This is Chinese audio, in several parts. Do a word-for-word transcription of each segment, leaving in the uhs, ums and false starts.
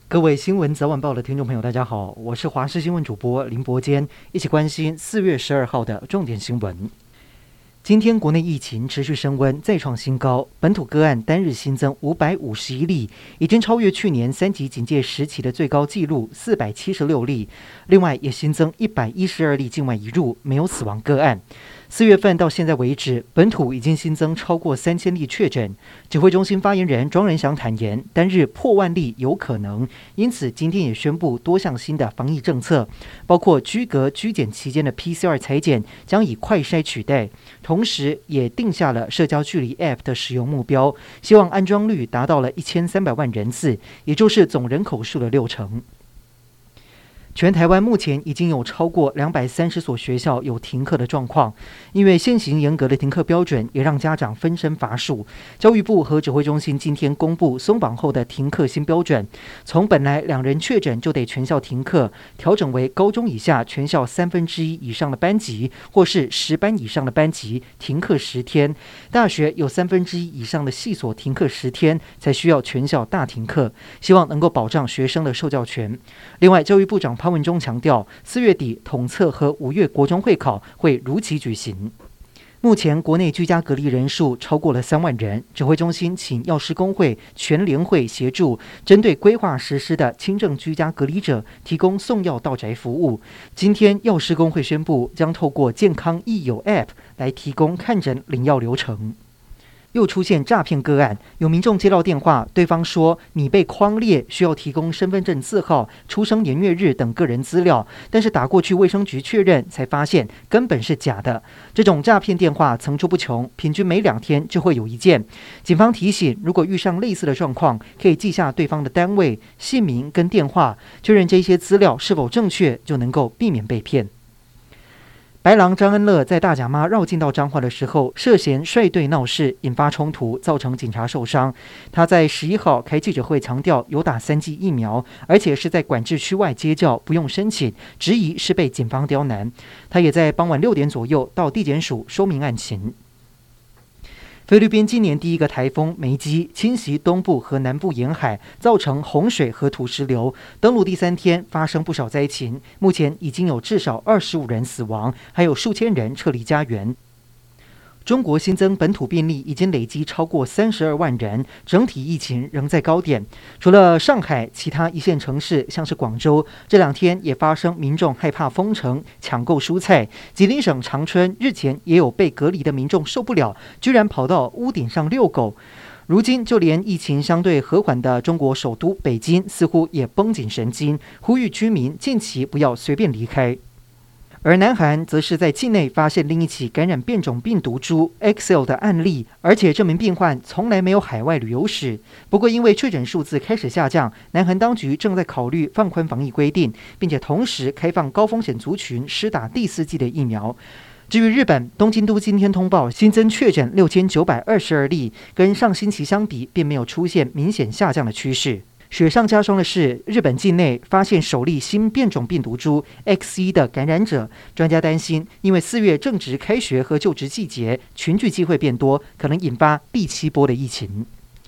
各位新闻早晚报的听众朋友，大家好，我是华视新闻主播林伯坚，一起关心四月十二号的重点新闻。今天国内疫情持续升温，再创新高，本土个案单日新增五百五十一例，已经超越去年三级警戒时期的最高纪录四百七十六例。另外也新增一百一十二例境外移入，没有死亡个案。四月份到现在为止，本土已经新增超过三千例确诊。指挥中心发言人庄仁祥坦言，单日破万例有可能，因此今天也宣布多项新的防疫政策，包括居隔居检期间的 P C R 采检将以快筛取代，同时也定下了社交距离 App 的使用目标，希望安装率达到了一千三百万人次，也就是总人口数的六成。全台湾目前已经有超过两百三十所学校有停课的状况，因为现行严格的停课标准也让家长分身乏术。教育部和指挥中心今天公布松绑后的停课新标准，从本来两人确诊就得全校停课，调整为高中以下全校三分之一以上的班级或是十班以上的班级停课十天，大学有三分之一以上的系所停课十天才需要全校大停课，希望能够保障学生的受教权。另外，教育部长潘文忠强调，四月底统测和五月国中会考会如期举行。目前国内居家隔离人数超过了三万人，指挥中心请药师公会、全联会协助，针对规划实施的轻症居家隔离者提供送药到宅服务。今天药师公会宣布，将透过健康益友 App 来提供看诊领药流程。又出现诈骗个案，有民众接到电话，对方说你被匡列，需要提供身份证字号、出生年月日等个人资料，但是打过去卫生局确认，才发现根本是假的。这种诈骗电话层出不穷，平均每两天就会有一件。警方提醒，如果遇上类似的状况，可以记下对方的单位、姓名跟电话，确认这些资料是否正确，就能够避免被骗。白狼张恩乐在大甲妈绕境到彰化的时候，涉嫌率队闹事，引发冲突，造成警察受伤。他在十一号开记者会强调有打三剂疫苗，而且是在管制区外接教，不用申请，质疑是被警方刁难。他也在傍晚六点左右到地检署说明案情。菲律宾今年第一个台风梅基侵袭东部和南部沿海，造成洪水和土石流。登陆第三天发生不少灾情，目前已经有至少二十五人死亡，还有数千人撤离家园。中国新增本土病例已经累积超过三十二万人，整体疫情仍在高点。除了上海，其他一线城市像是广州，这两天也发生民众害怕封城、抢购蔬菜。吉林省长春日前也有被隔离的民众受不了，居然跑到屋顶上遛狗。如今，就连疫情相对和缓的中国首都北京，似乎也绷紧神经，呼吁居民近期不要随便离开。而南韩则是在境内发现另一起感染变种病毒株 X L 的案例，而且这名病患从来没有海外旅游史。不过因为确诊数字开始下降，南韩当局正在考虑放宽防疫规定，并且同时开放高风险族群施打第四剂的疫苗。至于日本，东京都今天通报新增确诊六千九百二十二例，跟上星期相比，并没有出现明显下降的趋势。雪上加霜的是，日本境内发现首例新变种病毒株 X 一 的感染者。专家担心，因为四月正值开学和就职季节，群聚机会变多，可能引发第七波的疫情。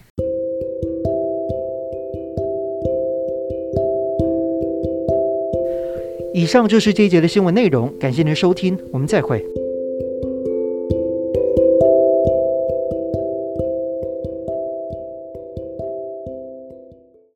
以上就是这一节的新闻内容，感谢您的收听，我们再会。